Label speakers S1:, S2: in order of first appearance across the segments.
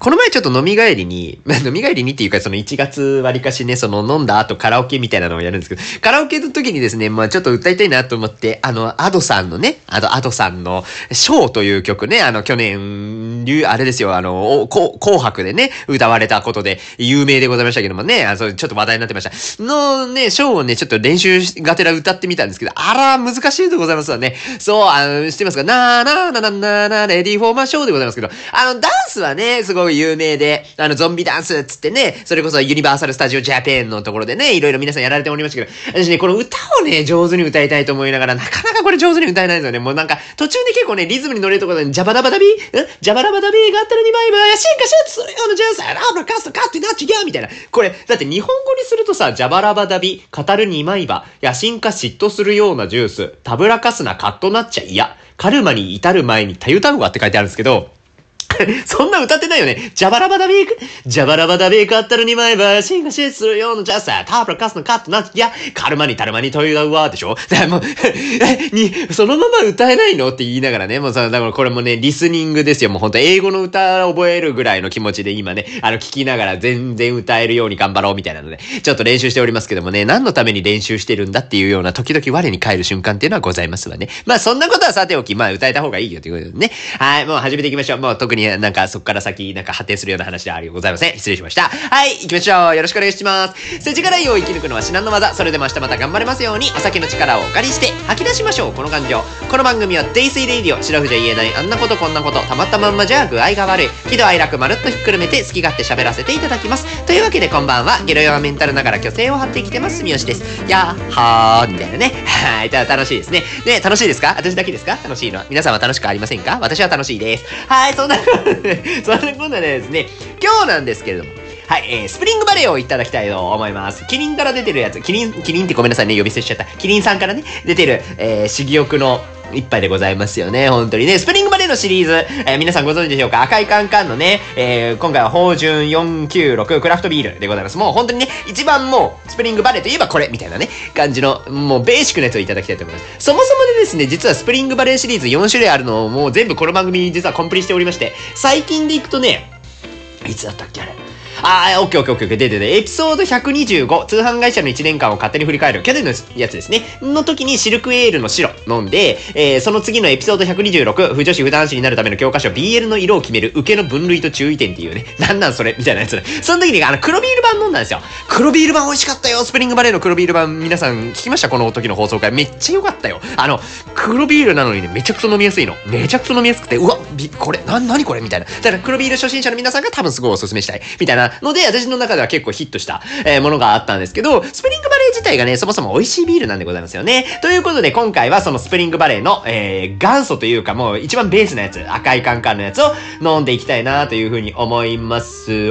S1: この前ちょっと飲み帰りにっていうかその1月割かしね、その飲んだ後カラオケみたいなのをやるんですけど、カラオケの時にですね、まあちょっと歌いたいなと思って、アドさんのね、アドさんのショーという曲ね、去年、あれですよ、紅白でね、歌われたことで有名でございましたけどもね、そうちょっと話題になってました。のね、ショーをね、ちょっと練習がてら歌ってみたんですけど、あら、難しいでございますわね。そう、知ってますか？なーなーなーなーなーなーレディーフォーマーショーでございますけど、ダンスはね、すごい有名で、ゾンビダンスっつってね、それこそユニバーサルスタジオジャパンのところでね、いろいろ皆さんやられておりましたけど、私ね、この歌をね、上手に歌いたいと思いながら、なかなかこれ上手に歌えないんですよね。もうなんか、途中で結構ね、リズムに乗れるところで、ジャバラバダビジャバラバダビーがあったら2枚は、進化しようとするようなジャンス、ラブラカストカッティナッチギャーみたいな。これ、だって日本語にするとさ、ジャバラバダビ、語る2枚は、野心か嫉妬するようなジュース、たぶらかすなカッとなっちゃいや、カルマに至る前にたゆたうわって書いてあるんですけど、そんな歌ってないよね。ジャバラバダビーク、ジャバラバダビークあったら2枚は、進化しするようなジャスター、タープラカスのカットなんて、いや、カルマにタルマにというわでしょ。だからもうそのまま歌えないのって言いながらね、もうだからこれもね、リスニングですよ。もうほんと英語の歌覚えるぐらいの気持ちで今ね、聞きながら全然歌えるように頑張ろうみたいなので、ちょっと練習しておりますけどもね、何のために練習してるんだっていうような時々我に返る瞬間っていうのはございますわね。まあそんなことはさておき、まあ歌えた方がいいよということでね。はい、もう始めていきましょう。もう特になんかそっから先なんか発展するような話ではございません。失礼しました。はい、行きましょう。よろしくお願いします。世知辛いを生き抜くのは至難の技。それでも明日また頑張れますように、お酒の力をお借りして吐き出しましょう。この感情。この番組はデイスイレイディオ、白ふじゃ言えないあんなことこんなこと、たまったまんまじゃ具合が悪い。喜怒哀楽まるっとひっくるめて好き勝手喋らせていただきます。というわけでこんばんは。ゲロ弱メンタルながら虚勢を張ってきてます。三好です。やっはーみたいなね。はい、楽しいですね。ね、楽しいですか？私だけですか？楽しいのは。皆さんは楽しくありませんか？私は楽しいです。はい、そんなことでですね、今日なんですけれども、はい、スプリングバレーをいただきたいと思います。キリンから出てるやつ、キリンってごめんなさいね、呼び捨てしちゃった。キリンさんからね、出てる、珠玉の一杯でございますよね。本当にね。スプリングバレーのシリーズ、皆さんご存知でしょうか？赤いカンカンのね、今回は芳醇496クラフトビールでございます。もう本当にね、一番もう、スプリングバレーといえばこれみたいなね、感じの、もうベーシックなやつをいただきたいと思います。そもそもでですね、実はスプリングバレーシリーズ4種類あるのをもう全部この番組実はコンプリしておりまして、最近でいくとね、いつだったっけあれ。オッケー。で、エピソード125、通販会社の1年間を勝手に振り返る、去年のやつですね。の時にシルクエールの白飲んで、その次のエピソード126、不女子不男子になるための教科書、BL の色を決める、受けの分類と注意点っていうね、なんそれみたいなやつね。その時に黒ビール版飲んだんですよ。黒ビール版美味しかったよ。スプリングバレーの黒ビール版、皆さん聞きました？この時の放送回。めっちゃ良かったよ。黒ビールなのにね、めちゃくちゃ飲みやすいの。めちゃくちゃ飲みやすくて、うわ、これ、何これみたいな。だから黒ビール初心者の皆さんが多分すごいおすすめしたい。みたいなので、私の中では結構ヒットした、ものがあったんですけど、スプリングバレー自体がね、そもそも美味しいビールなんでございますよね。ということで、今回はそのスプリングバレーの、元祖というかもう一番ベースのやつ、赤いカンカンのやつを飲んでいきたいなというふうに思います。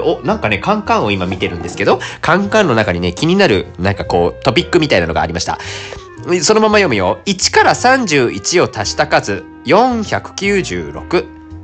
S1: なんかね、カンカンを今見てるんですけど、カンカンの中にね、気になる、なんかこう、トピックみたいなのがありました。そのまま読むよ。1から31を足した数、496。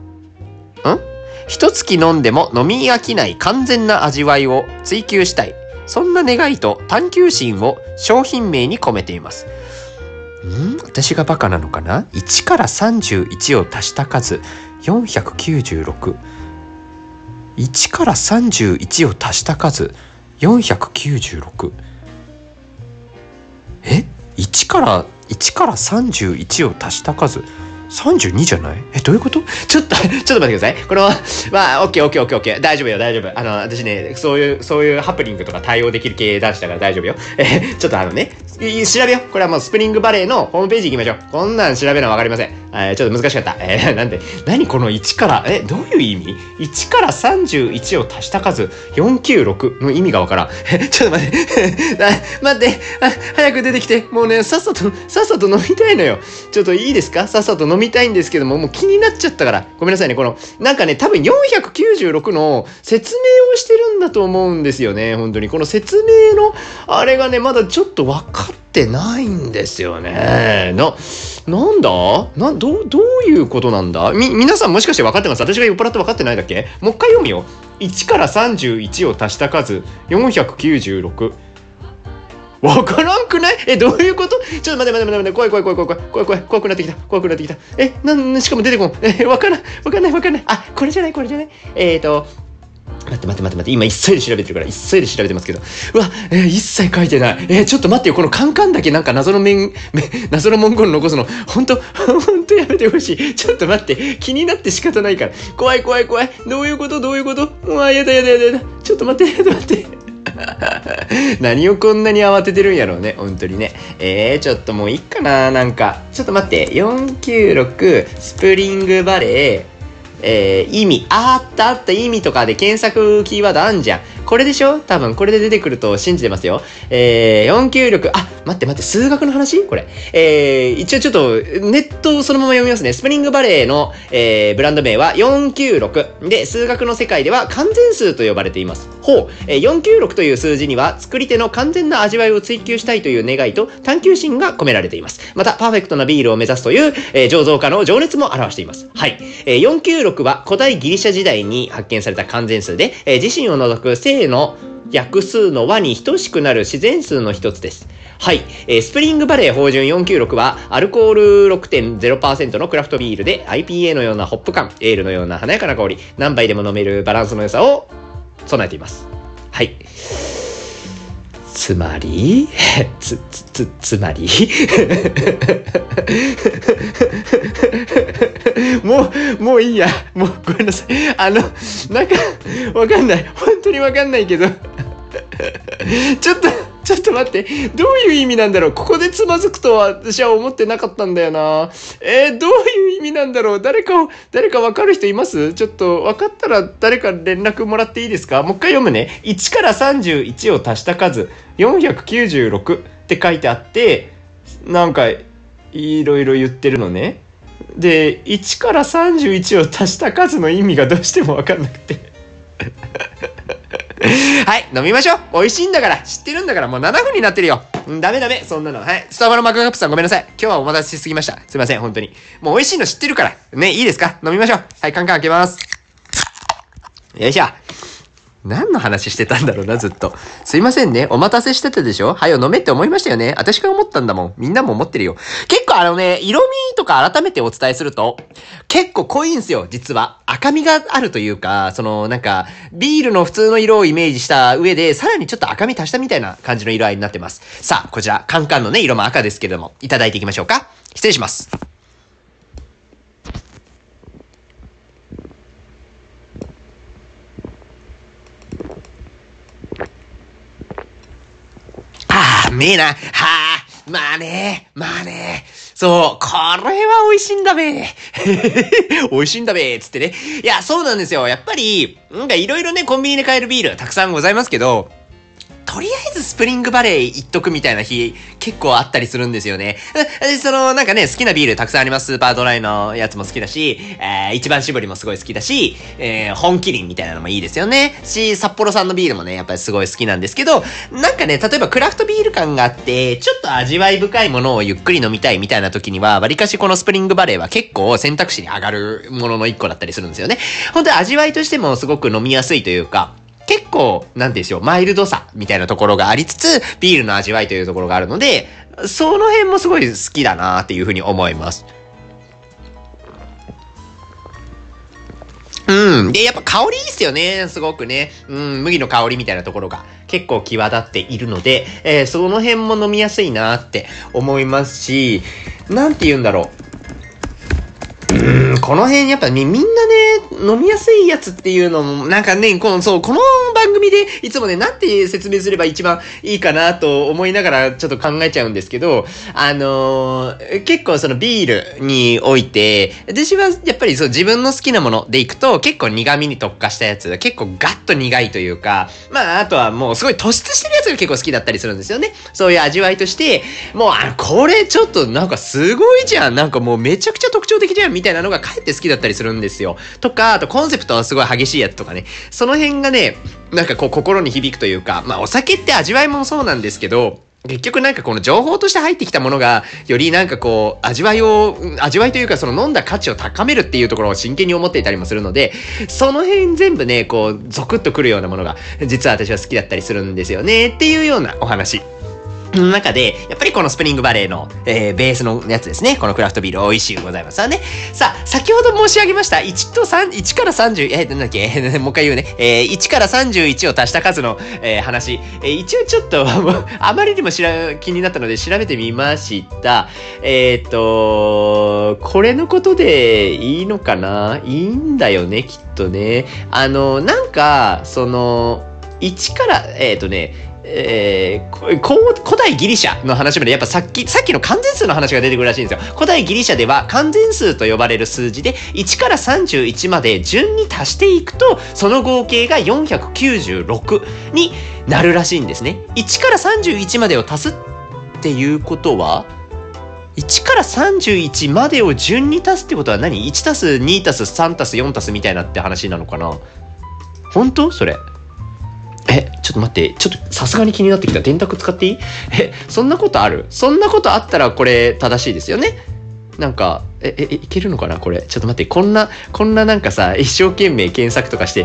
S1: 一月飲んでも飲み飽きない完全な味わいを追求したい。そんな願いと探求心を商品名に込めています。私がバカなのかな？ 1 から31を足した数、496。1から31を足した数、496。1から31を足した数、32じゃない？どういうこと？ちょっと待ってください。これは、まあ、オッケー。大丈夫よ。私ね、そういうハプニングとか対応できる系男子だから大丈夫よ。ちょっと調べよう。これはもうスプリングバレーのホームページ行きましょう。こんなん調べるのわかりません。ちょっと難しかった。何この1から、どういう意味？ 1 から31を足した数、496の意味がわからん。ちょっと待って。早く出てきて。もうね、さっさと飲みたいのよ。ちょっといいですか？さっさと飲みたいんですけども、もう気になっちゃったから。ごめんなさいね。なんかね、多分496の説明をしてるんだと思うんですよね。本当に。この説明の、あれがね、まだちょっと分かってないんですよね。なんだ？どういうことなんだ？皆さんもしかして分かってます？私が酔っ払って分かってないだっけ？もう一回読むよ。1から31を足した数、496。わからんくない？どういうこと？ちょっと待って。怖くなってきた。しかも出てこん。わかんない。これじゃない。 待って。今急いで調べてるから、急いで調べてますけど。うわ、一切書いてない。ちょっと待ってよ。このカンカンだけなんか謎の文言残すの。ほんとやめてほしい。ちょっと待って。気になって仕方ないから。怖い。どういうことうわ、やだ。ちょっと待って。何をこんなに慌ててるんやろうね。本当にね。ちょっともういいかな。なんか、ちょっと待って。496スプリングバレー、意味。あった意味とかで検索キーワードあんじゃん。これでしょ？多分これで出てくると信じてますよ。496、待って、数学の話これ。一応ちょっとネットをそのまま読みますね。スプリングバレーの、ブランド名は496で、数学の世界では完全数と呼ばれています。496という数字には作り手の完全な味わいを追求したいという願いと探求心が込められています。またパーフェクトなビールを目指すという、醸造家の情熱も表しています。はい。496は古代ギリシャ時代に発見された完全数で、自身を除く正の約数の和に等しくなる自然数の一つです。はい、スプリングバレー芳醇496はアルコール 6.0% のクラフトビールで IPA のようなホップ感、エールのような華やかな香り、何杯でも飲めるバランスの良さを備えています。はい。つまりもういいや。もうごめんなさい。なんか、わかんない。本当にわかんないけど。ちょっと待って。どういう意味なんだろう。ここでつまずくとは私は思ってなかったんだよな。どういう意味なんだろう。誰かわかる人います？ちょっとわかったら誰か連絡もらっていいですか？もう一回読むね。1から31を足した数、496って書いてあって、なんか、いろいろ言ってるのね。で、1から31を足した数の意味がどうしてもわかんなくて。はい、飲みましょう。美味しいんだから、知ってるんだから、もう7分になってるよ。ダメ、そんなの。はい。スタバのマグカップさんごめんなさい。今日はお待たせしすぎました。すいません、本当に。もう美味しいの知ってるから。ね、いいですか？飲みましょう。はい、カンカン開けます。よいしょ。何の話してたんだろうな、ずっと。すいませんね。お待たせしてたでしょ？はよ飲めって思いましたよね。私が思ったんだもん。みんなも思ってるよ。結構色味とか改めてお伝えすると、結構濃いんすよ、実は。赤みがあるというか、ビールの普通の色をイメージした上で、さらにちょっと赤み足したみたいな感じの色合いになってます。さあ、こちら、カンカンのね、色も赤ですけれども、いただいていきましょうか。失礼します。めえな。まあね。そう、これは美味しいんだべ。美味しいんだべ、つってね。いや、そうなんですよ。やっぱり、なんかいろいろね、コンビニで買えるビールたくさんございますけど、とりあえずスプリングバレー一徳みたいな日結構あったりするんですよね。なんかね、好きなビールたくさんあります。スーパードライのやつも好きだし、一番搾りもすごい好きだし、本麒麟みたいなのもいいですよね。札幌産のビールもね、やっぱりすごい好きなんですけど、なんかね、例えばクラフトビール感があって、ちょっと味わい深いものをゆっくり飲みたいみたいな時には、わりかしこのスプリングバレーは結構選択肢に上がるものの一個だったりするんですよね。本当に味わいとしてもすごく飲みやすいというか、結構、なんでしょう、マイルドさみたいなところがありつつ、ビールの味わいというところがあるので、その辺もすごい好きだなっていうふうに思います。で、やっぱ香りいいっすよね。すごくね。麦の香りみたいなところが結構際立っているので、その辺も飲みやすいなって思いますし、なんて言うんだろう。この辺やっぱみんなね、飲みやすいやつっていうのも、なんかね、この番組でいつもね、なんて説明すれば一番いいかなと思いながらちょっと考えちゃうんですけど、結構そのビールにおいて、私はやっぱり自分の好きなものでいくと、結構苦味に特化したやつ、結構ガッと苦いというか、まあ、あとはもうすごい突出してるやつが結構好きだったりするんですよね。そういう味わいとして、もうこれちょっとなんかすごいじゃん。なんかもうめちゃくちゃ特徴的じゃんみたいなのがかえって好きだったりするんですよ。とか、あとコンセプトはすごい激しいやつとかね。その辺がね、なんかこう心に響くというか、まあお酒って味わいもそうなんですけど、結局なんかこの情報として入ってきたものが、よりなんかこう、味わいというかその飲んだ価値を高めるっていうところを真剣に思っていたりもするので、その辺全部ね、こう、ゾクッとくるようなものが、実は私は好きだったりするんですよね、っていうようなお話。 の中で、やっぱりこのスプリングバレーの、ベースのやつですね。このクラフトビール美味しいございますわね。さあ、先ほど申し上げました。1と3、1から30、なんだっけもう一回言うね。1から31を足した数の、話。一応ちょっと、あまりにも気になったので調べてみました。これのことでいいのかないいんだよね、きっとね。なんか、1から、古代ギリシャの話までやっぱさっきの完全数の話が出てくるらしいんですよ。古代ギリシャでは完全数と呼ばれる数字で1から31まで順に足していくとその合計が496になるらしいんですね。1から31までを足すっていうことは1から31までを順に足すってことは何 ?1 足す2足す3足す4足すみたいなって話なのかな。本当それちょっと待って。ちょっとさすがに気になってきた。電卓使っていい？そんなことある？そんなことあったらこれ正しいですよね。なんか、いけるのかなこれ。ちょっと待って。こんななんかさ、一生懸命検索とかして、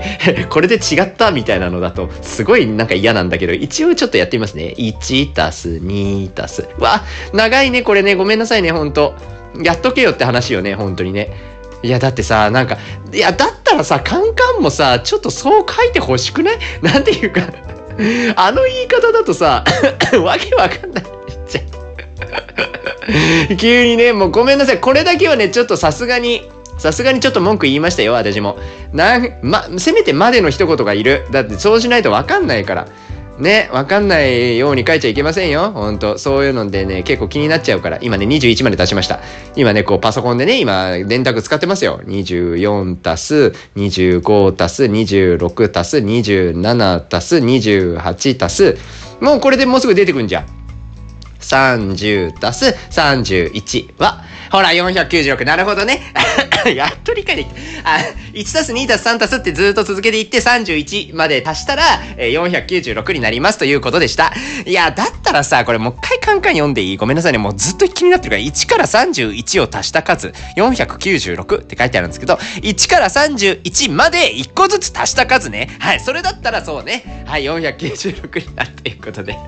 S1: これで違ったみたいなのだと、すごいなんか嫌なんだけど、一応ちょっとやってみますね。1足す2足す。わ、長いね、これね。ごめんなさいね、ほんと。やっとけよって話よね、ほんとにね。いやだってさなんかいやだったらさカンカンもさちょっとそう書いてほしくない？なんていうかあの言い方だとさわけわかんないじゃ急にねもうごめんなさい。これだけはねちょっとさすがにちょっと文句言いましたよ私も。せめてまでの一言がいる。だってそうしないとわかんないからね、わかんないように書いちゃいけませんよ。ほんと。そういうのでね、結構気になっちゃうから。今ね、21まで出しました。今ね、こうパソコンでね、今、電卓使ってますよ。24足す、25足す、26足す、27足す、28足す。もうこれでもうすぐ出てくんじゃん。30足す31は、ほら、496。なるほどね。やっと理解できた。1たす2たす3たすってずっと続けていって31まで足したら、496になりますということでした。いや、だったらさ、これもう一回カンカン読んでいい？ごめんなさいね。もうずっと気になってるから、1から31を足した数、496って書いてあるんですけど、1から31まで1個ずつ足した数ね。はい、それだったらそうね。はい、496になるということで。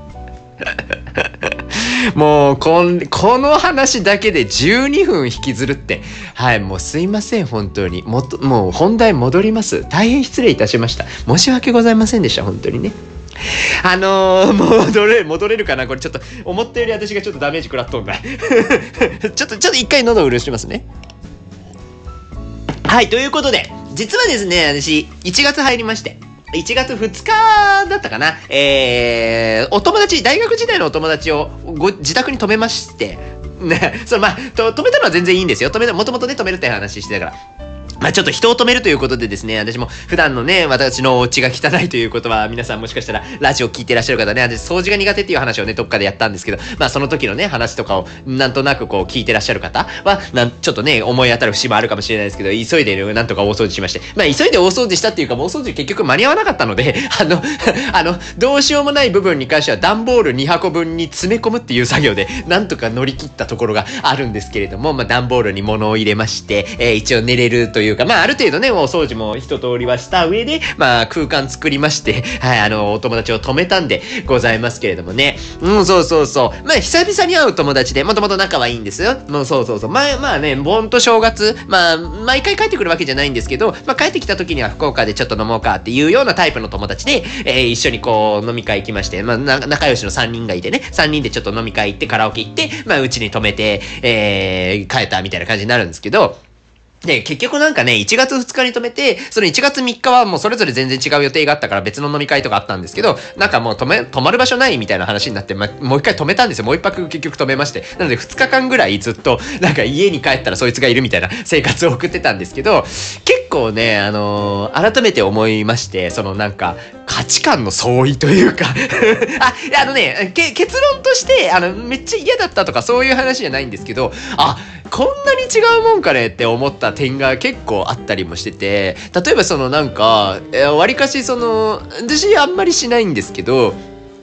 S1: もうこの話だけで12分引きずるって。はい、もうすいません、本当に。もう本題戻ります。大変失礼いたしました。申し訳ございませんでした、本当にね。戻れるかなこれちょっと、思ったより私がちょっとダメージ食らっとんだ。ちょっと一回喉を潤しますね。はい、ということで、実はですね、私、1月入りまして。1月2日だったかな。お友達、大学時代のお友達を自宅に泊めまして、ね、泊めたのは全然いいんですよ。もともとね、泊めるって話してたから。ちょっと人を止めるということでですね、私も普段のね、私のお家が汚いということは、皆さんもしかしたらラジオ聞いてらっしゃる方ね、私掃除が苦手っていう話をね、どっかでやったんですけど、その時のね、話とかをなんとなくこう聞いてらっしゃる方は、ちょっとね、思い当たる節もあるかもしれないですけど、急いでなんとか大掃除しまして、急いで大掃除したっていうか、もう大掃除結局間に合わなかったので、どうしようもない部分に関しては段ボール2箱分に詰め込むっていう作業で、なんとか乗り切ったところがあるんですけれども、段ボールに物を入れまして、一応寝れるというか、ある程度ね、お掃除も一通りはした上で、空間作りまして、はい、お友達を泊めたんでございますけれどもね。そう。久々に会う友達で、もともと仲はいいんですよ。そう。ね、盆と正月、毎回帰ってくるわけじゃないんですけど、帰ってきた時には福岡でちょっと飲もうかっていうようなタイプの友達で、一緒にこう飲み会行きまして、仲良しの3人がいてね、3人でちょっと飲み会行ってカラオケ行って、うちに泊めて、帰ったみたいな感じになるんですけど、で、結局なんかね、1月2日に泊めて、その1月3日はもうそれぞれ全然違う予定があったから別の飲み会とかあったんですけど、なんかもう泊まる場所ないみたいな話になって、もう一回泊めたんですよ。もう一泊結局泊めまして。なので2日間ぐらいずっと、なんか家に帰ったらそいつがいるみたいな生活を送ってたんですけど、結構ね、改めて思いまして、なんか、価値観の相違というか結論として、めっちゃ嫌だったとかそういう話じゃないんですけど、こんなに違うもんかねって思った点が結構あったりもしてて、例えばなんか、わりかし私あんまりしないんですけど、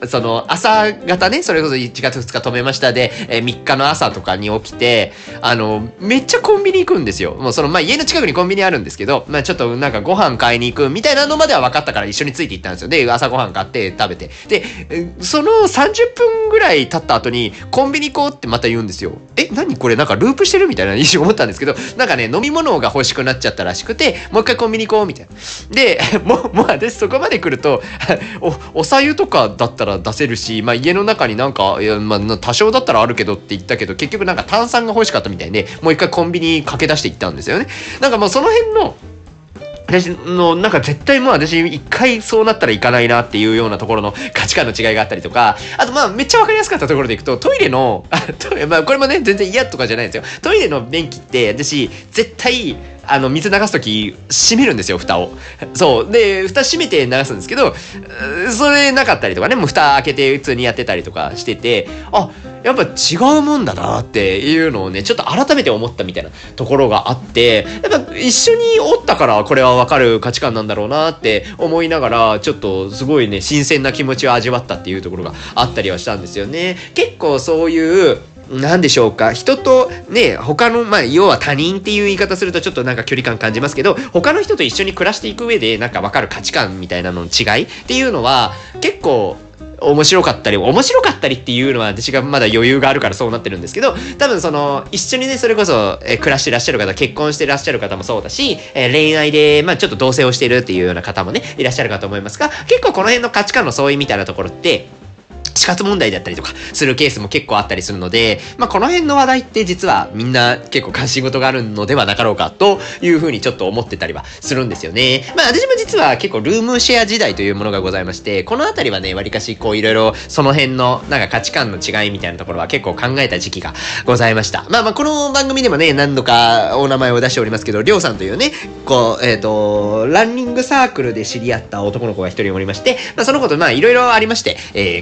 S1: その朝方ね、それこそ1月2日止めましたで、3日の朝とかに起きて、めっちゃコンビニ行くんですよ。もうその、まあ、家の近くにコンビニあるんですけど、まあ、ちょっとなんかご飯買いに行くみたいなのまでは分かったから一緒について行ったんですよ。で、朝ご飯買って食べて。で、その30分ぐらい経った後に、コンビニ行こうってまた言うんですよ。何これなんかループしてるみたいな一瞬思ったんですけど、なんかね、飲み物が欲しくなっちゃったらしくて、もう一回コンビニ行こうみたいな。で、もう私そこまで来ると、お茶湯とかだったら出せるし、まあ家の中になんか、いやまあ多少だったらあるけどって言ったけど、結局なんか炭酸が欲しかったみたいで、もう一回コンビニ駆け出していったんですよね。なんかもうその辺の、私のなんか絶対もう私一回そうなったらいかないなっていうようなところの価値観の違いがあったりとか、あとまあめっちゃわかりやすかったところでいくと、トイレの、まあこれもね全然嫌とかじゃないんですよ。トイレの便器って私絶対水流すとき閉めるんですよ、蓋を。そう。で、蓋閉めて流すんですけど、それなかったりとかね、もう蓋開けて普通にやってたりとかしてて、あ、やっぱ違うもんだなっていうのをね、ちょっと改めて思ったみたいなところがあって、やっぱ一緒におったからこれはわかる価値観なんだろうなって思いながら、ちょっとすごいね、新鮮な気持ちを味わったっていうところがあったりはしたんですよね。結構そういう、なんでしょうか。人とね、他の、まあ、要は他人っていう言い方するとちょっとなんか距離感感じますけど、他の人と一緒に暮らしていく上でなんか分かる価値観みたいなのの違いっていうのは結構面白かったりっていうのは私がまだ余裕があるからそうなってるんですけど、多分その一緒にね、それこそ、暮らしてらっしゃる方、結婚してらっしゃる方もそうだし、恋愛でまあちょっと同棲をしているっていうような方もねいらっしゃるかと思いますが、結構この辺の価値観の相違みたいなところって死活問題だったりとかするケースも結構あったりするので、まあこの辺の話題って実はみんな結構関心事があるのではなかろうかというふうにちょっと思ってたりはするんですよね。まあ私も実は結構ルームシェア時代というものがございまして、このあたりはね、わりかしこういろいろその辺のなんか価値観の違いみたいなところは結構考えた時期がございました。まあこの番組でもね、何度かお名前を出しておりますけど、りょうさんというね、こう、ランニングサークルで知り合った男の子が一人おりまして、まあその子とまあいろいろありまして、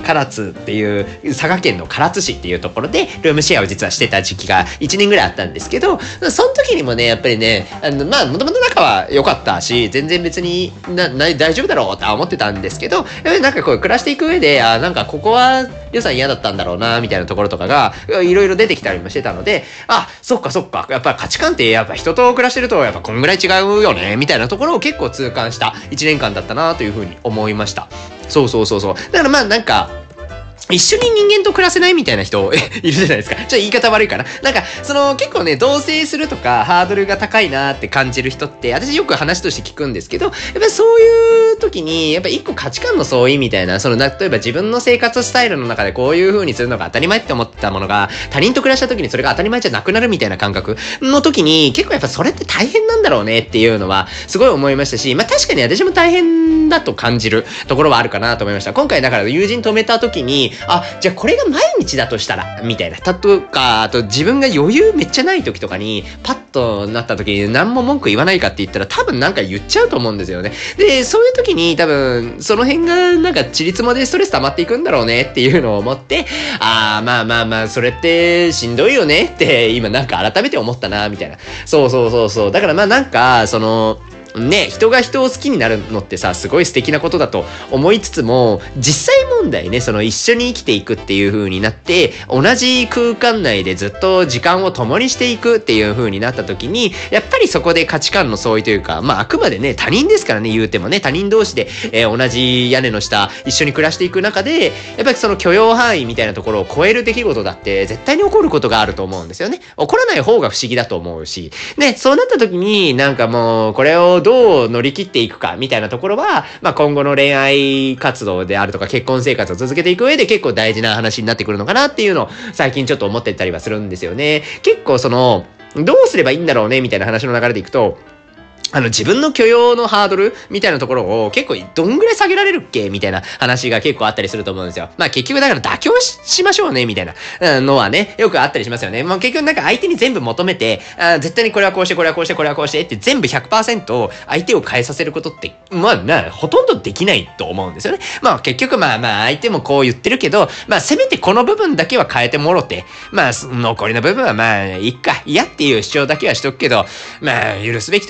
S1: 唐津っていう佐賀県の唐津市っていうところでルームシェアを実はしてた時期が1年ぐらいあったんですけど、その時にもね、やっぱりね、まあもともと仲は良かったし、全然別に大丈夫だろうとは思ってたんですけど、やっぱりなんかこう暮らしていく上で、なんかここはりょうさん嫌だったんだろうなみたいなところとかがいろいろ出てきたりもしてたので、そっかやっぱ価値観ってやっぱ人と暮らしてるとやっぱこんぐらい違うよねみたいなところを結構痛感した1年間だったなというふうに思いました。そうだからまあなんか一緒に人間と暮らせないみたいな人いるじゃないですか。ちょっと言い方悪いかな。なんか、結構ね、同棲するとか、ハードルが高いなって感じる人って、私よく話として聞くんですけど、やっぱりそういう時に、やっぱ一個価値観の相違みたいな、例えば自分の生活スタイルの中でこういう風にするのが当たり前って思ってたものが、他人と暮らした時にそれが当たり前じゃなくなるみたいな感覚の時に、結構やっぱそれって大変なんだろうねっていうのは、すごい思いましたし、まあ確かに私も大変だと感じるところはあるかなと思いました。今回だから友人止めた時に、じゃあこれが毎日だとしたら、みたいな。あと自分が余裕めっちゃない時とかに、パッとなった時に何も文句言わないかって言ったら多分なんか言っちゃうと思うんですよね。で、そういう時に多分、その辺がなんかちりつもでストレス溜まっていくんだろうねっていうのを思って、まあ、それってしんどいよねって今なんか改めて思ったな、みたいな。そう。だからまあなんか、ね、人が人を好きになるのってさ、すごい素敵なことだと思いつつも、実際問題ね、一緒に生きていくっていう風になって、同じ空間内でずっと時間を共にしていくっていう風になった時に、やっぱりそこで価値観の相違というか、まああくまでね、他人ですからね、言うてもね、他人同士で、同じ屋根の下、一緒に暮らしていく中で、やっぱりその許容範囲みたいなところを超える出来事だって絶対に起こることがあると思うんですよね。起こらない方が不思議だと思うし、ね、そうなった時になんかもう、これをどう乗り切っていくかみたいなところは、まあ今後の恋愛活動であるとか結婚生活を続けていく上で結構大事な話になってくるのかなっていうのを最近ちょっと思ってたりはするんですよね。結構どうすればいいんだろうねみたいな話の流れでいくと、自分の許容のハードルみたいなところを結構どんぐらい下げられるっけみたいな話が結構あったりすると思うんですよ。まあ結局だから妥協しましょうねみたいなのはね、よくあったりしますよね。まあ結局なんか相手に全部求めて、絶対にこれはこうして、これはこうして、これはこうしてって全部 100% 相手を変えさせることって、まあほとんどできないと思うんですよね。まあ結局まあ相手もこう言ってるけど、まあせめてこの部分だけは変えてもろて、まあ残りの部分はまあいっか、嫌っていう主張だけはしとくけど、まあ許すべきところは許さない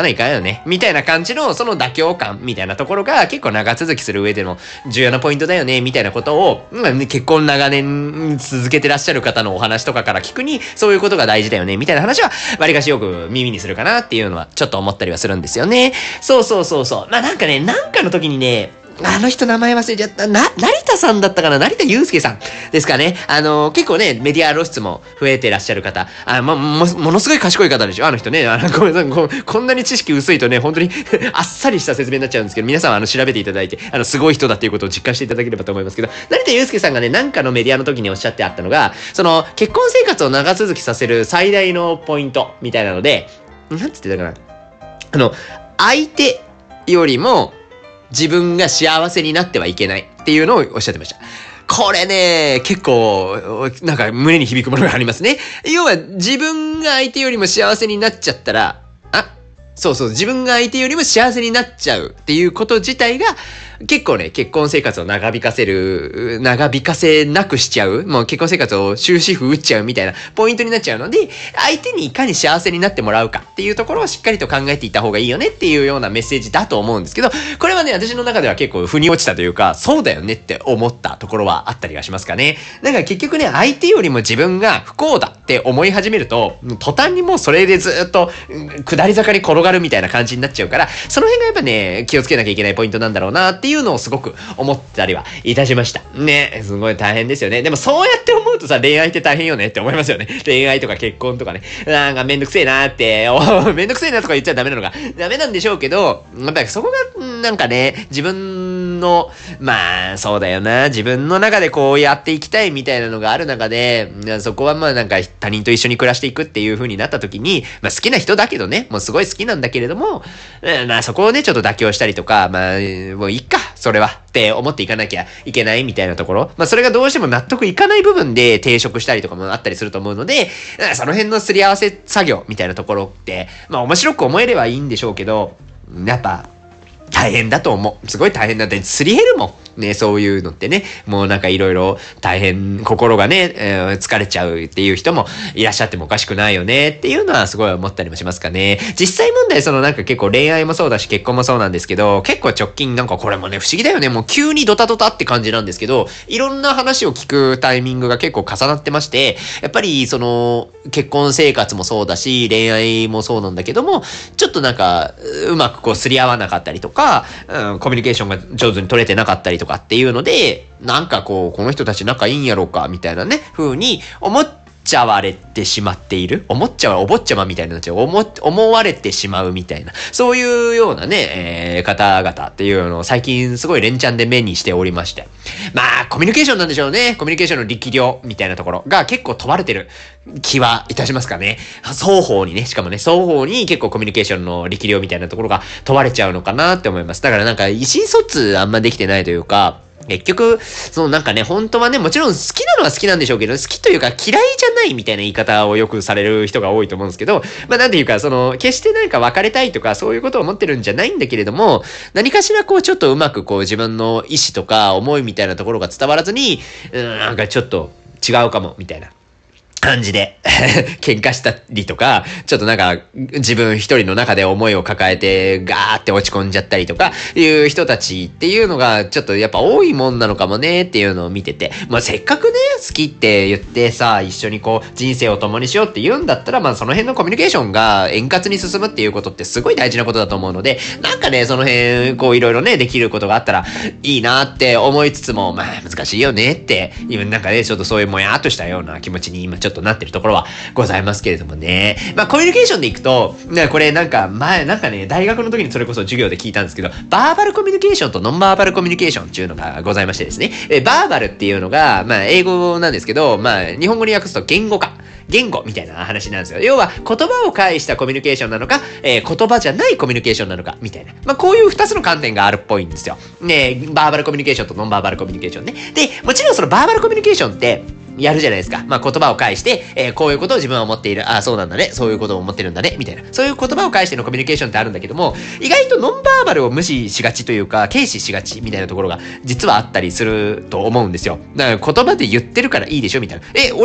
S1: ないかんよね。みたいな感じの、その妥協感みたいなところが結構長続きする上での重要なポイントだよね、みたいなことを、結婚長年続けてらっしゃる方のお話とかから聞くに、そういうことが大事だよね、みたいな話は、わりかしよく耳にするかなっていうのは、ちょっと思ったりはするんですよね。そうそうそうそう。まあなんかね、なんかの時にね、あの人名前忘れちゃった。成田さんだったかな、成田悠介さんですかね。結構ね、メディア露出も増えてらっしゃる方。ものすごい賢い方でしょ、あの人ね。ごめんなさい。こんなに知識薄いとね、本当にあっさりした説明になっちゃうんですけど、皆さん調べていただいて、すごい人だっていうことを実感していただければと思いますけど、成田悠介さんがね、なんかのメディアの時におっしゃってあったのが、その、結婚生活を長続きさせる最大のポイントみたいなので、なんつってたかな。相手よりも、自分が幸せになってはいけないっていうのをおっしゃってました。これね、結構、なんか胸に響くものがありますね。要は自分が相手よりも幸せになっちゃったら、そうそう、自分が相手よりも幸せになっちゃうっていうこと自体が、結構ね、結婚生活を長引かせなくしちゃう、もう結婚生活を終止符打っちゃうみたいなポイントになっちゃうので、相手にいかに幸せになってもらうかっていうところをしっかりと考えていった方がいいよねっていうようなメッセージだと思うんですけど、これはね、私の中では結構腑に落ちたというか、そうだよねって思ったところはあったりはしますかね。なんか結局ね、相手よりも自分が不幸だって思い始めると、途端にもうそれでずっと下り坂に転がるみたいな感じになっちゃうから、その辺がやっぱね、気をつけなきゃいけないポイントなんだろうなっていうのをすごく思ったりはいたしました。ね、すごい大変ですよね。でもそうやって思うとさ、恋愛って大変よねって思いますよね。恋愛とか結婚とかね。なんかめんどくせえなーって、めんどくせえなとか言っちゃダメなのか。ダメなんでしょうけど、やっぱりそこが、なんかね、自分の、まあ、そうだよな。自分の中でこうやっていきたいみたいなのがある中で、そこはまあなんか他人と一緒に暮らしていくっていう風になった時に、まあ好きな人だけどね、もうすごい好きなんだけれども、まあそこをね、ちょっと妥協したりとか、まあ、もういいか、それはって思っていかなきゃいけないみたいなところ。まあそれがどうしても納得いかない部分で抵触したりとかもあったりすると思うので、その辺のすり合わせ作業みたいなところって、まあ面白く思えればいいんでしょうけど、やっぱ、大変だと思う。すごい大変だって、すり減るもん。ね、そういうのってね、もうなんかいろいろ大変、心がね、疲れちゃうっていう人もいらっしゃってもおかしくないよねっていうのはすごい思ったりもしますかね。実際問題そのなんか結構恋愛もそうだし結婚もそうなんですけど、結構直近なんかこれもね不思議だよね。もう急にドタドタって感じなんですけど、いろんな話を聞くタイミングが結構重なってまして、やっぱりその結婚生活もそうだし、恋愛もそうなんだけども、ちょっとなんかうまくこうすり合わなかったりとか、コミュニケーションが上手に取れてなかったりとかっていうので、なんかこう、この人たち仲いいんやろうか、みたいなね、風に思っちゃわれてしまっている。お坊ちゃまみたいになっちゃう。思われてしまうみたいな。そういうようなね、方々っていうのを最近すごい連チャンで目にしておりまして。まあ、コミュニケーションなんでしょうね。コミュニケーションの力量みたいなところが結構問われてる気はいたしますかね。双方にね、しかもね、双方に結構コミュニケーションの力量みたいなところが問われちゃうのかなって思います。だからなんか意思疎通あんまできてないというか、結局、そのなんかね、本当はね、もちろん好きなのは好きなんでしょうけど、好きというか嫌いじゃないみたいな言い方をよくされる人が多いと思うんですけど、まあなんていうか、その、決してなんか別れたいとかそういうことを思ってるんじゃないんだけれども、何かしらこうちょっとうまくこう自分の意思とか思いみたいなところが伝わらずに、なんかちょっと違うかも、みたいな感じで喧嘩したりとか、ちょっとなんか自分一人の中で思いを抱えてガーって落ち込んじゃったりとかいう人たちっていうのがちょっとやっぱ多いもんなのかもねっていうのを見てて、まあせっかくね好きって言ってさ、一緒にこう人生を共にしようって言うんだったら、まあその辺のコミュニケーションが円滑に進むっていうことってすごい大事なことだと思うので、なんかねその辺こういろいろねできることがあったらいいなって思いつつも、まあ難しいよねって今なんかねちょっとそういうもやっとしたような気持ちに今ちょっとなってるところはございますけれどもね。まあコミュニケーションでいくと、これなんか前なんかね大学の時にそれこそ授業で聞いたんですけど、バーバルコミュニケーションとノンバーバルコミュニケーションっていうのがございましてですね。バーバルっていうのがまあ英語なんですけど、まあ日本語に訳すと言語みたいな話なんですよ。要は言葉を介したコミュニケーションなのか、言葉じゃないコミュニケーションなのかみたいな。まあこういう二つの観点があるっぽいんですよ。ね、バーバルコミュニケーションとノンバーバルコミュニケーションね。で、もちろんそのバーバルコミュニケーションってやるじゃないですか。まあ言葉を介して、こういうことを自分は思っている。ああ、そうなんだね。そういうことを思ってるんだね。みたいな。そういう言葉を介してのコミュニケーションってあるんだけども、意外とノンバーバルを無視しがちというか、軽視しがちみたいなところが実はあったりすると思うんですよ。だから言葉で言ってるからいいでしょみたいな。俺言った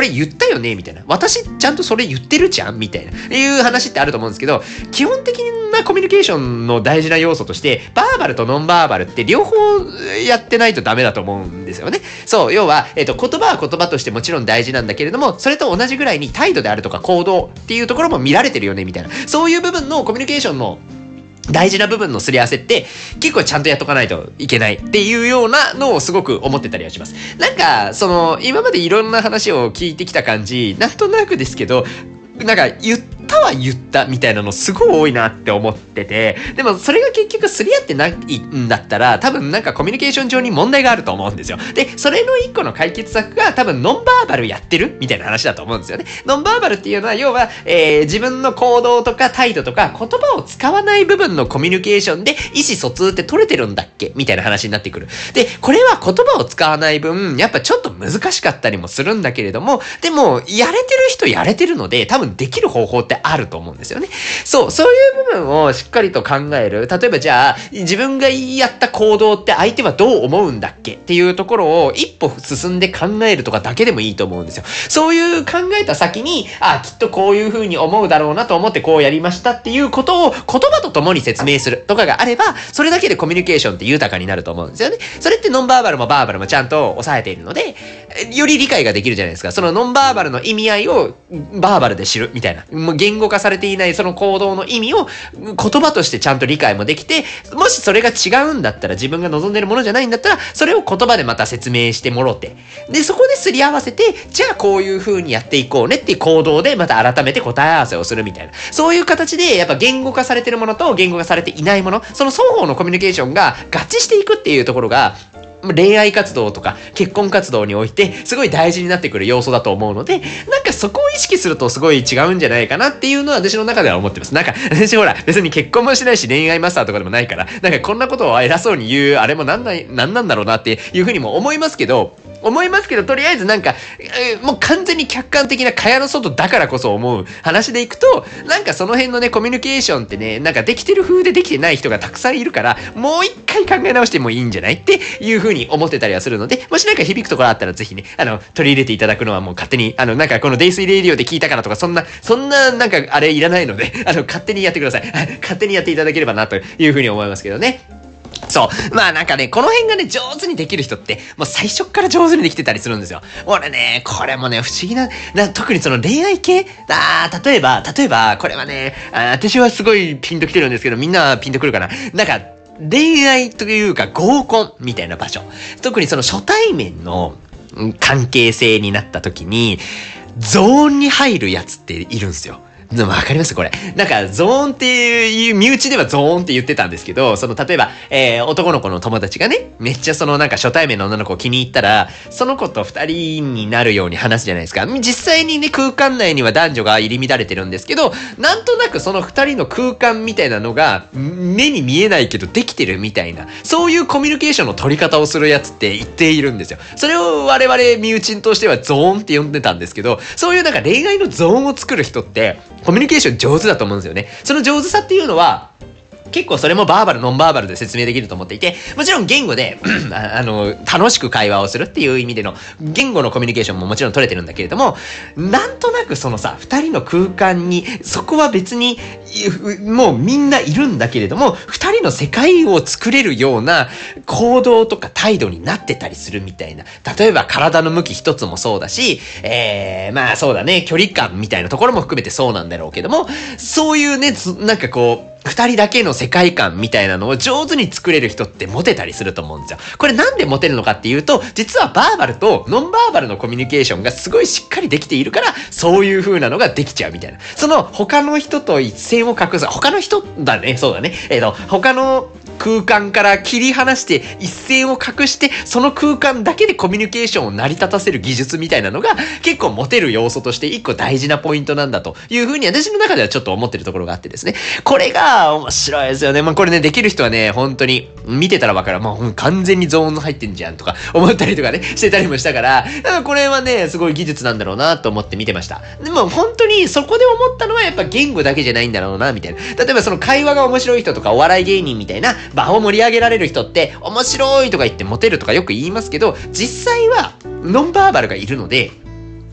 S1: よねみたいな。私ちゃんとそれ言ってるじゃんみたいな。いう話ってあると思うんですけど、基本的なコミュニケーションの大事な要素として、バーバルとノンバーバルって両方やってないとダメだと思うんですよね。そう、要は、言葉は言葉としてもちろん大事なんだけれども、それと同じぐらいに態度であるとか行動っていうところも見られてるよねみたいな。そういう部分のコミュニケーションの大事な部分のすり合わせって結構ちゃんとやっとかないといけないっていうようなのをすごく思ってたりはします。なんか今までいろんな話を聞いてきた感じ、なんとなくですけど、なんか言ったみたいなのすごい多いなって思ってて、でもそれが結局すり合ってないんだったら多分なんかコミュニケーション上に問題があると思うんですよ。で、それの一個の解決策が多分ノンバーバルやってるみたいな話だと思うんですよね。ノンバーバルっていうのは要は、自分の行動とか態度とか言葉を使わない部分のコミュニケーションで意思疎通って取れてるんだっけみたいな話になってくる。で、これは言葉を使わない分やっぱちょっと難しかったりもするんだけれども、でもやれてる人やれてるので多分できる方法ってあると思うんですよね。そういう部分をしっかりと考える。例えばじゃあ、自分がやった行動って相手はどう思うんだっけっていうところを一歩進んで考えるとかだけでもいいと思うんですよ。そういう考えた先に、きっとこういう風に思うだろうなと思ってこうやりましたっていうことを言葉と共に説明するとかがあれば、それだけでコミュニケーションって豊かになると思うんですよね。それってノンバーバルもバーバルもちゃんと抑えているので、より理解ができるじゃないですか。そのノンバーバルの意味合いをバーバルで知るみたいな。もう言語化されていないその行動の意味を言葉としてちゃんと理解もできて、もしそれが違うんだったら、自分が望んでるものじゃないんだったら、それを言葉でまた説明してもろて、でそこですり合わせて、じゃあこういう風にやっていこうねっていう行動でまた改めて答え合わせをするみたいな、そういう形でやっぱ言語化されてるものと言語化されていないもの、その双方のコミュニケーションが合致していくっていうところが恋愛活動とか結婚活動においてすごい大事になってくる要素だと思うので、なんかそこを意識するとすごい違うんじゃないかなっていうのは私の中では思ってます。なんか私ほら別に結婚もしないし恋愛マスターとかでもないから、なんかこんなことを偉そうに言うあれもなんなんだろうなっていうふうにも思いますけど、とりあえずなんか、もう完全に客観的な蚊帳の外だからこそ思う話でいくと、なんかその辺のね、コミュニケーションってね、なんかできてる風でできてない人がたくさんいるから、もう一回考え直してもいいんじゃないっていう風に思ってたりはするので、もしなんか響くところあったらぜひね、取り入れていただくのはもう勝手に、なんかこのデイスイレディオで聞いたからとか、そんななんかあれいらないので、勝手にやってください。勝手にやっていただければなという風に思いますけどね。そう。まあなんかね、この辺がね、上手にできる人って、もう最初から上手にできてたりするんですよ。俺ね、これもね、不思議な、特にその恋愛系例えば、これはね、私はすごいピンときてるんですけど、みんなはピンとくるかな。なんか、恋愛というか合コンみたいな場所。特にその初対面の関係性になった時に、ゾーンに入るやつっているんですよ。でもわかりますこれ。なんか、ゾーンっていう、身内ではゾーンって言ってたんですけど、例えば、男の子の友達がね、めっちゃなんか初対面の女の子を気に入ったら、その子と二人になるように話すじゃないですか。実際にね、空間内には男女が入り乱れてるんですけど、なんとなくその二人の空間みたいなのが、目に見えないけどできてるみたいな、そういうコミュニケーションの取り方をするやつって言っているんですよ。それを我々身内としてはゾーンって呼んでたんですけど、そういうなんか恋愛のゾーンを作る人って、コミュニケーション上手だと思うんですよね。その上手さっていうのは、結構それもバーバル、ノンバーバルで説明できると思っていて、もちろん言語で楽しく会話をするっていう意味での言語のコミュニケーションももちろん取れてるんだけれども、なんとなく二人の空間に、そこは別に、もうみんないるんだけれども、二人の世界を作れるような行動とか態度になってたりするみたいな。例えば体の向き一つもそうだし、まあそうだね、距離感みたいなところも含めてそうなんだろうけども、そういうね、なんかこう、二人だけの世界観みたいなのを上手に作れる人ってモテたりすると思うんですよ。これなんでモテるのかっていうと、実はバーバルとノンバーバルのコミュニケーションがすごいしっかりできているから、そういう風なのができちゃうみたいな。他の人と一線を画す、他の人だね、そうだね。他の空間から切り離して一線を画して、その空間だけでコミュニケーションを成り立たせる技術みたいなのが結構モテる要素として一個大事なポイントなんだという風に私の中ではちょっと思ってるところがあってですね。これが面白いですよね。まあこれね、できる人はね、本当に見てたらわかる。まあ完全にゾーン入ってんじゃんとか思ったりとかね、してたりもしたから、だからこれはね、すごい技術なんだろうなと思って見てました。でも本当にそこで思ったのはやっぱ言語だけじゃないんだろうな、みたいな。例えば会話が面白い人とかお笑い芸人みたいな場を盛り上げられる人って面白いとか言ってモテるとかよく言いますけど、実際はノンバーバルがいるので、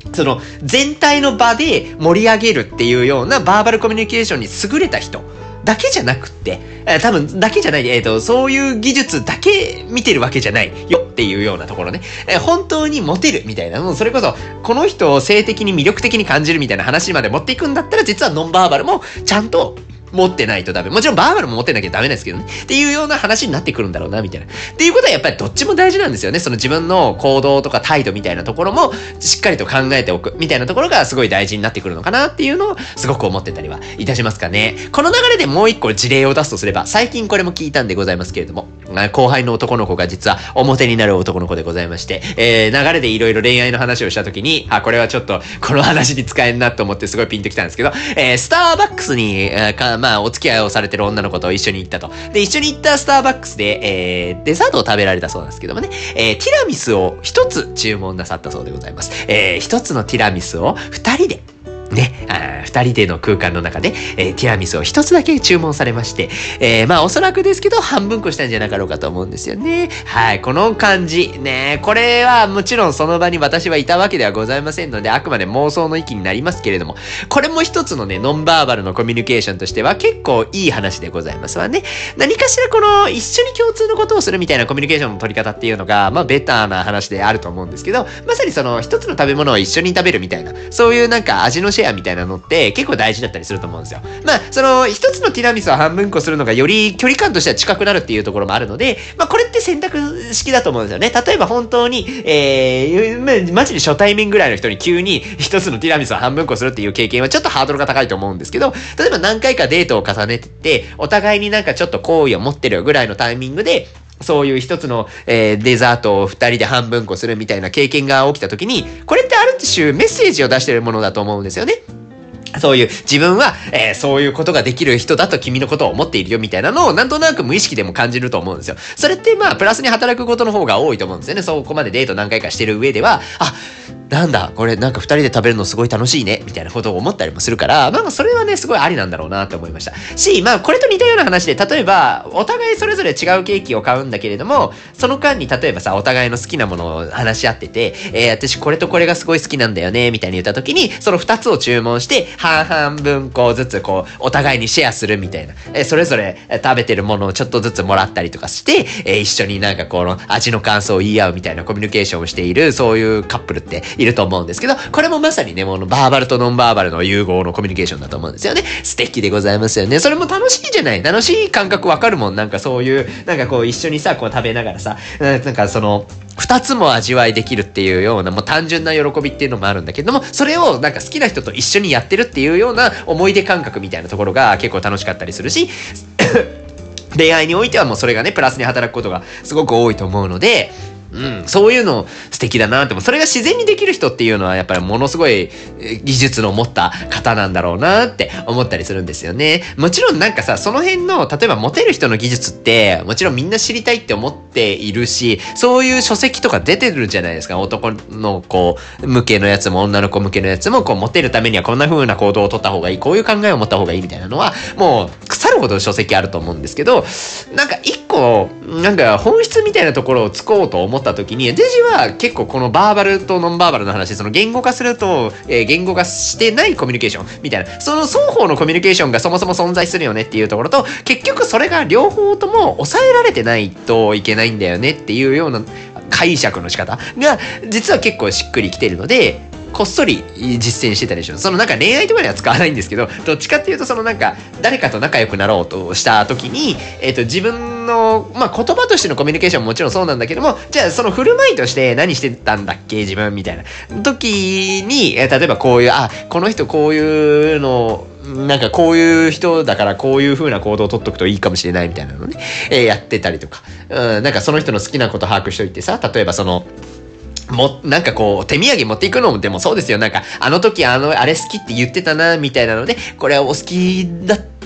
S1: その全体の場で盛り上げるっていうようなバーバルコミュニケーションに優れた人だけじゃなくって、多分だけじゃない、そういう技術だけ見てるわけじゃないよっていうようなところね。本当にモテるみたいな、もうそれこそこの人を性的に魅力的に感じるみたいな話まで持っていくんだったら、実はノンバーバルもちゃんと持ってないとダメ。もちろんバーバルも持ってなきゃダメなんですけどね。っていうような話になってくるんだろうな、みたいな。っていうことはやっぱりどっちも大事なんですよね。その自分の行動とか態度みたいなところもしっかりと考えておくみたいなところがすごい大事になってくるのかなっていうのをすごく思ってたりはいたしますかね。この流れでもう一個事例を出すとすれば、最近これも聞いたんでございますけれども、後輩の男の子が実は表になる男の子でございまして、流れでいろいろ恋愛の話をしたときに、これはちょっとこの話に使えんなと思ってすごいピンときたんですけど、スターバックスに、お付き合いをされてる女の子と一緒に行ったと。で、一緒に行ったスターバックスで、デザートを食べられたそうなんですけどもね、ティラミスを一つ注文なさったそうでございます。一つのティラミスを二人で、ね、二人での空間の中で、ティラミスを一つだけ注文されまして、おそらくですけど、半分こしたんじゃなかろうかと思うんですよね。はい、この感じ、ね、これはもちろんその場に私はいたわけではございませんので、あくまで妄想の域になりますけれども、これも一つのね、ノンバーバルのコミュニケーションとしては結構いい話でございますわね。何かしらこの、一緒に共通のことをするみたいなコミュニケーションの取り方っていうのが、ベターな話であると思うんですけど、まさにその一つの食べ物を一緒に食べるみたいな、そういうなんか味のシェアみたいなのって結構大事だったりすると思うんですよ。その一つのティラミスを半分こするのがより距離感としては近くなるっていうところもあるので、これって選択式だと思うんですよね。例えば本当に、マジで初対面ぐらいの人に急に一つのティラミスを半分こするっていう経験はちょっとハードルが高いと思うんですけど、例えば何回かデートを重ねてって、お互いになんかちょっと好意を持ってるぐらいのタイミングで、そういう一つの、デザートを二人で半分こするみたいな経験が起きた時に、これってある種メッセージを出してるものだと思うんですよね。そういう自分は、そういうことができる人だと君のことを思っているよみたいなのをなんとなく無意識でも感じると思うんですよ。それってプラスに働くことの方が多いと思うんですよね。そこまでデート何回かしてる上では、なんだこれなんか二人で食べるのすごい楽しいねみたいなことを思ったりもするから、それはねすごいありなんだろうなって思いましたし、これと似たような話で、例えばお互いそれぞれ違うケーキを買うんだけれども、その間に例えばさ、お互いの好きなものを話し合ってて、私これとこれがすごい好きなんだよねみたいに言った時に、その二つを注文して半分こうずつこうお互いにシェアするみたいな、それぞれ食べてるものをちょっとずつもらったりとかして、一緒になんかこの味の感想を言い合うみたいなコミュニケーションをしている、そういうカップルっていると思うんですけど、これもまさにね、もうバーバルとノンバーバルの融合のコミュニケーションだと思うんですよね。素敵でございますよね。それも楽しいじゃない。楽しい感覚わかるもん。なんかそういう、なんかこう一緒にさ、こう食べながらさ、なんかその、二つも味わいできるっていうような、もう単純な喜びっていうのもあるんだけども、それをなんか好きな人と一緒にやってるっていうような思い出感覚みたいなところが結構楽しかったりするし、恋愛においてはもうそれがね、プラスに働くことがすごく多いと思うので、そういうの素敵だなって、それが自然にできる人っていうのはやっぱりものすごい技術の持った方なんだろうなって思ったりするんですよね。もちろんなんかさ、その辺の例えばモテる人の技術ってもちろんみんな知りたいって思っているし、そういう書籍とか出てるじゃないですか。男の子向けのやつも女の子向けのやつも、こうモテるためにはこんな風な行動を取った方がいい、こういう考えを持った方がいいみたいなのはもう腐るほど書籍あると思うんですけど、なんか一個なんか本質みたいなところをつこうと思った時に、デジは結構このバーバルとノンバーバルの話、その言語化すると、言語化してないコミュニケーションみたいな、その双方のコミュニケーションがそもそも存在するよねっていうところと、結局それが両方とも抑えられてないといけないんだよねっていうような解釈の仕方が実は結構しっくりきてるので、こっそり実践してたりします。そのなんか恋愛とかには使わないんですけど、どっちかっていうとそのなんか誰かと仲良くなろうとした時に、自分の言葉としてのコミュニケーションももちろんそうなんだけども、じゃあその振る舞いとして何してたんだっけ自分みたいな時に、例えばこういうこの人こういうのなんかこういう人だからこういう風な行動を取っとくといいかもしれないみたいなのね、やってたりとか、なんかその人の好きなこと把握しといてさ、例えばそのなんかこう手土産持っていくのもでもそうですよ。なんかあの時あれ好きって言ってたなみたいなので、これはお好きだっ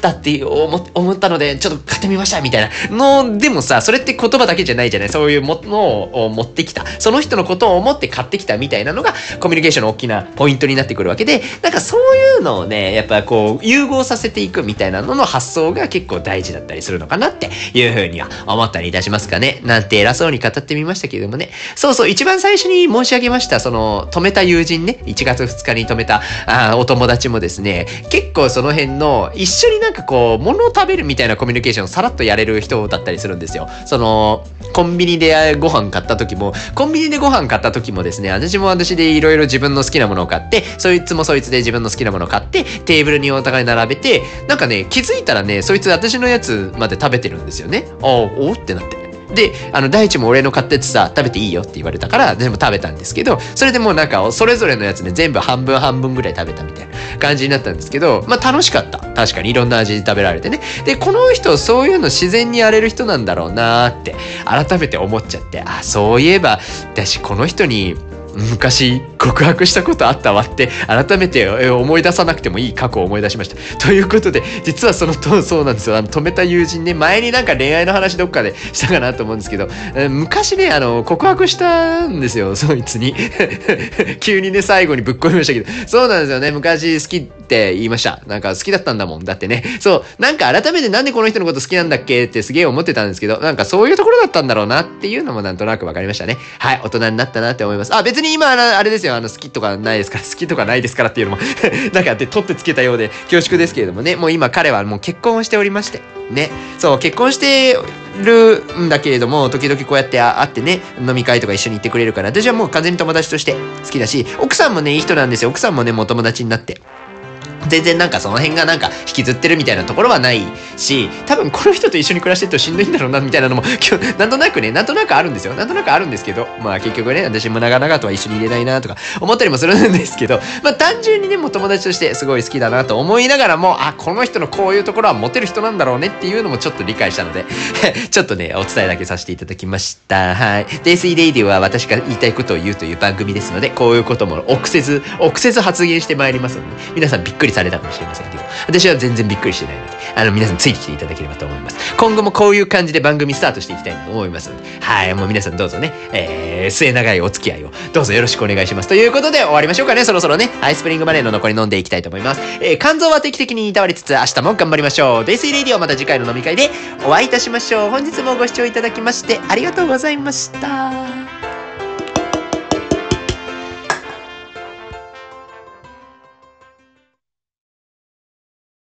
S1: ったって思ったので、ちょっと買ってみましたみたいなのでもさ、それって言葉だけじゃないじゃない。そういうものを持ってきた。その人のことを思って買ってきたみたいなのがコミュニケーションの大きなポイントになってくるわけで、なんかそういうのをね、やっぱこう融合させていくみたいなのの発想が結構大事だったりするのかなっていうふうには思ったりいたしますかね。なんて偉そうに語ってみましたけれどもね。そうそう、一番最初に申し上げました、その、止めた友人ね、1月2日に止めたお友達もですね、結構その辺の、一緒になんかこう、物を食べるみたいなコミュニケーションをさらっとやれる人だったりするんですよ。その、コンビニでご飯買った時もですね、私も私でいろいろ自分の好きなものを買って、そいつもそいつで自分の好きなものを買って、テーブルにお互い並べて、なんかね、気づいたらね、そいつ私のやつまで食べてるんですよね。おってなって。で、大地も俺の買ってってさ、食べていいよって言われたから、でも食べたんですけど、それでもうなんか、それぞれのやつね、全部半分ぐらい食べたみたいな感じになったんですけど、まあ楽しかった。確かにいろんな味食べられてね。で、この人、そういうの自然にやれる人なんだろうなーって、改めて思っちゃって、そういえば、私この人に、昔告白したことあったわって改めて思い出さなくてもいい過去を思い出しました。ということで実はそうなんですよ。止めた友人ね、前になんか恋愛の話どっかでしたかなと思うんですけど、昔ね告白したんですよ、そいつに急にね最後にぶっ込みましたけど、そうなんですよね。昔好きって言いました。なんか好きだったんだもん。だってね、そうなんか改めてなんでこの人のこと好きなんだっけってすげえ思ってたんですけど、なんかそういうところだったんだろうなっていうのもなんとなく分かりましたね。はい、大人になったなって思います。別に今あれですよ、好きとかないですから、好きとかないですからっていうのもなんかで取ってつけたようで恐縮ですけれどもね、もう今彼はもう結婚をしておりましてね、そう結婚してるんだけれども、時々こうやって会ってね、飲み会とか一緒に行ってくれるから、私はもう完全に友達として好きだし、奥さんもねいい人なんですよ。奥さんもねもう友達になって全然なんかその辺がなんか引きずってるみたいなところはないし、多分この人と一緒に暮らしてるとしんどいんだろうなみたいなのもなんとなくあるんですよ。なんとなくあるんですけど、まあ結局ね、私も長々とは一緒に入れないなとか思ったりもするんですけど、まあ単純にねもう友達としてすごい好きだなと思いながらも、この人のこういうところはモテる人なんだろうねっていうのもちょっと理解したのでちょっとねお伝えだけさせていただきました。はい。デイスイレイディは私が言いたいことを言うという番組ですので、こういうことも臆せず発言してまいりますので、皆さんびっくりされたかもしれませんけど、私は全然びっくりしてないので、皆さんついてきていただければと思います。今後もこういう感じで番組スタートしていきたいと思いますので、はい、もう皆さんどうぞね、末永いお付き合いをどうぞよろしくお願いします。ということで終わりましょうかね、そろそろね。はい、スプリングバレーの残り飲んでいきたいと思います。肝臓は定期的にいたわりつつ、明日も頑張りましょう。デイスイレイディオ、また次回の飲み会でお会いいたしましょう。本日もご視聴いただきましてありがとうございました。